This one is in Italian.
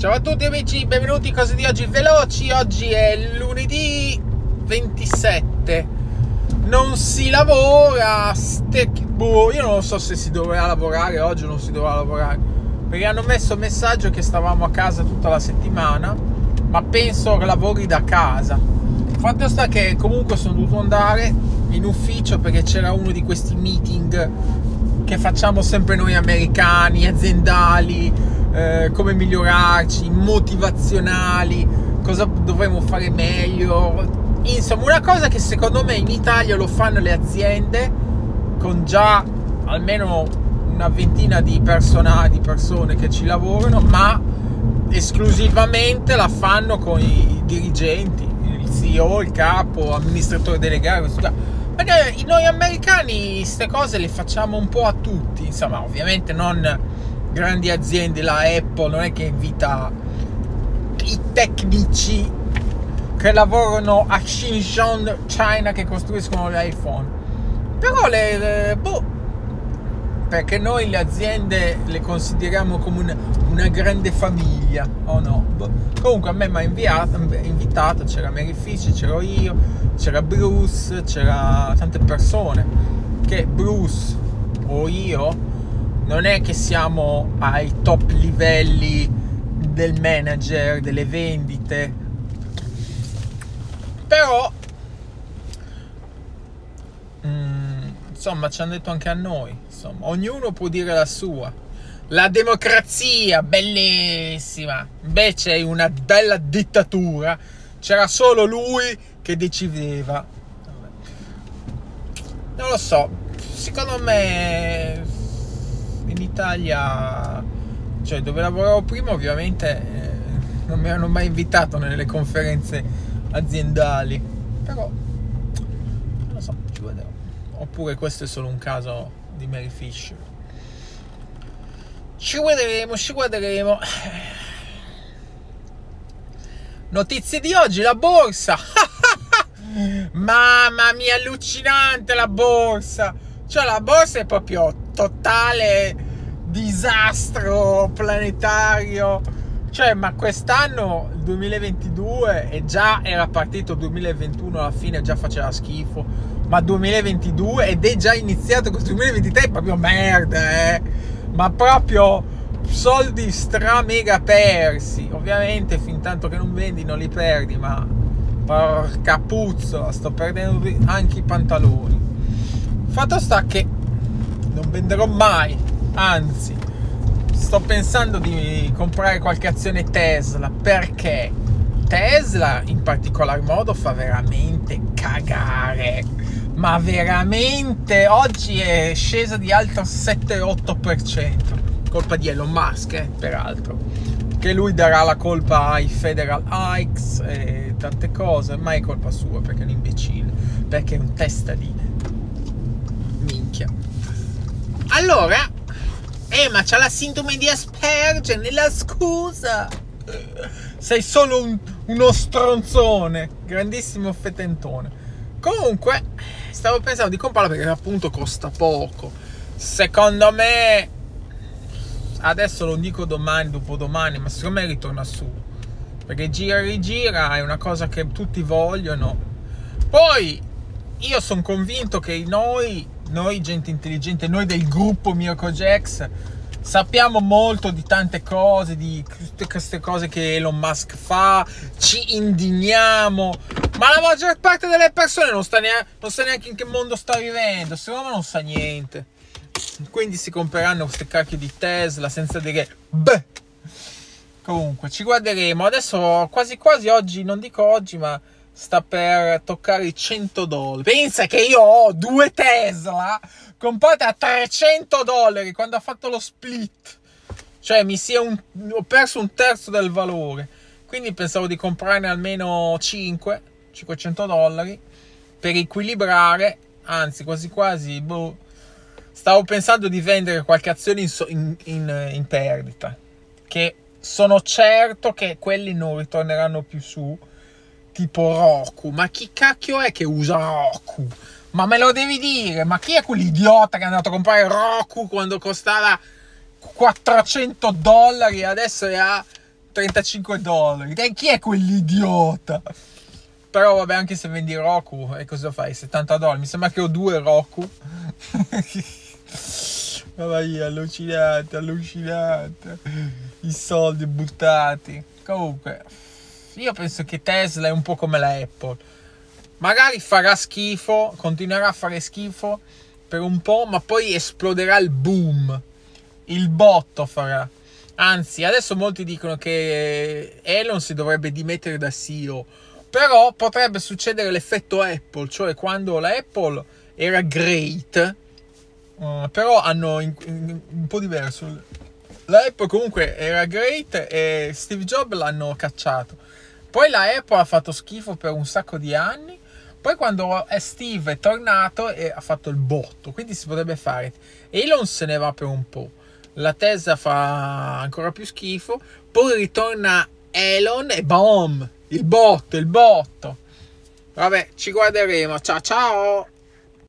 Ciao a tutti amici, benvenuti a Cose di Oggi Veloci. Oggi è lunedì 27. Non si lavora. Io non so se si dovrà lavorare oggi o non si dovrà lavorare, perché hanno messo il messaggio che stavamo a casa tutta la settimana, ma penso che lavori da casa. Il fatto sta che comunque sono dovuto andare in ufficio perché c'era uno di questi meeting che facciamo sempre noi americani, aziendali, come migliorarci, motivazionali, cosa dovremmo fare meglio. Insomma, una cosa che secondo me in Italia lo fanno le aziende con già almeno una ventina di persone che ci lavorano, ma esclusivamente la fanno con i dirigenti, il CEO, il capo, amministratore delegato. Perché noi americani queste cose le facciamo un po' a tutti, insomma, ovviamente non grandi aziende, la Apple non è che invita i tecnici che lavorano a Xinjiang, China, che costruiscono gli iPhone, però perché noi le aziende le consideriamo come una grande famiglia, o no? Comunque a me mi ha invitato, c'era Mary Fish, c'ero io, c'era Bruce, c'era tante persone, che Bruce o io non è che siamo ai top livelli del manager, delle vendite, però insomma ci hanno detto anche a noi, insomma, ognuno può dire la sua. La democrazia, bellissima, invece è una bella dittatura, c'era solo lui che decideva. Non lo so, secondo me in Italia, cioè dove lavoravo prima, ovviamente non mi hanno mai invitato nelle conferenze aziendali, però non lo so, ci vedremo. Oppure questo è solo un caso di Mary Fish. Ci guarderemo. Notizie di oggi, la borsa. Mamma mia, allucinante la borsa. Cioè la borsa è proprio totale disastro planetario. Cioè, ma quest'anno, il 2022, era partito il 2021, alla fine già faceva schifo. Ma 2022 ed è già iniziato con il 2023, è proprio merda, ma proprio soldi stra mega persi. Ovviamente fin tanto che non vendi non li perdi, ma porca puzzola, sto perdendo anche i pantaloni. Fatto sta che non venderò mai, anzi sto pensando di comprare qualche azione Tesla, perché Tesla in particolar modo fa veramente cagare, ma veramente. Oggi è scesa di altro 7-8%, colpa di Elon Musk, peraltro, che lui darà la colpa ai Federal Hikes e tante cose, ma è colpa sua perché è un imbecille, perché è un testa di minchia. Allora, ma c'ha la sindrome di Asperger, nella scusa, sei solo uno stronzone, grandissimo fetentone. Comunque stavo pensando di comprarla perché appunto costa poco. Secondo me, adesso lo dico domani, dopodomani, ma secondo me ritorna su, perché gira e rigira, è una cosa che tutti vogliono. Poi io sono convinto che noi gente intelligente, noi del gruppo Mirkojax, sappiamo molto di tante cose, di tutte queste cose che Elon Musk fa, ci indigniamo, ma la maggior parte delle persone non sa neanche in che mondo sta vivendo, secondo me non sa niente. Quindi si compreranno queste cacchio di Tesla senza dire beh. Comunque ci guarderemo. Adesso quasi oggi, non dico oggi, ma sta per toccare i $100. Pensa che io ho 2 Tesla comprate a $300 quando ha fatto lo split. Cioè ho perso un terzo del valore. Quindi pensavo di comprarne almeno $500 per equilibrare. Anzi, quasi stavo pensando di vendere qualche azione in perdita, che sono certo che quelli non ritorneranno più su, tipo Roku. Ma chi cacchio è che usa Roku? Ma me lo devi dire, ma chi è quell'idiota che è andato a comprare Roku quando costava $400 e adesso è a $35. E chi è quell'idiota? Però vabbè, anche se vendi Roku, e cosa fai? $70. Mi sembra che ho 2 Roku. Vai, allucinante, allucinante. I soldi buttati. Comunque, io penso che Tesla è un po' come la Apple. Magari farà schifo, continuerà a fare schifo per un po', ma poi esploderà il boom. Il botto farà. Anzi, adesso molti dicono che Elon si dovrebbe dimettere da CEO. Però potrebbe succedere l'effetto Apple, cioè quando la Apple era great, però hanno un po' diverso. La Apple comunque era great e Steve Jobs l'hanno cacciato. Poi la Apple ha fatto schifo per un sacco di anni. Poi quando Steve è tornato ha fatto il botto. Quindi si potrebbe fare. Elon se ne va per un po'. La Tesla fa ancora più schifo. Poi ritorna Elon e boom! Il botto, il botto. Vabbè, ci guarderemo. Ciao ciao!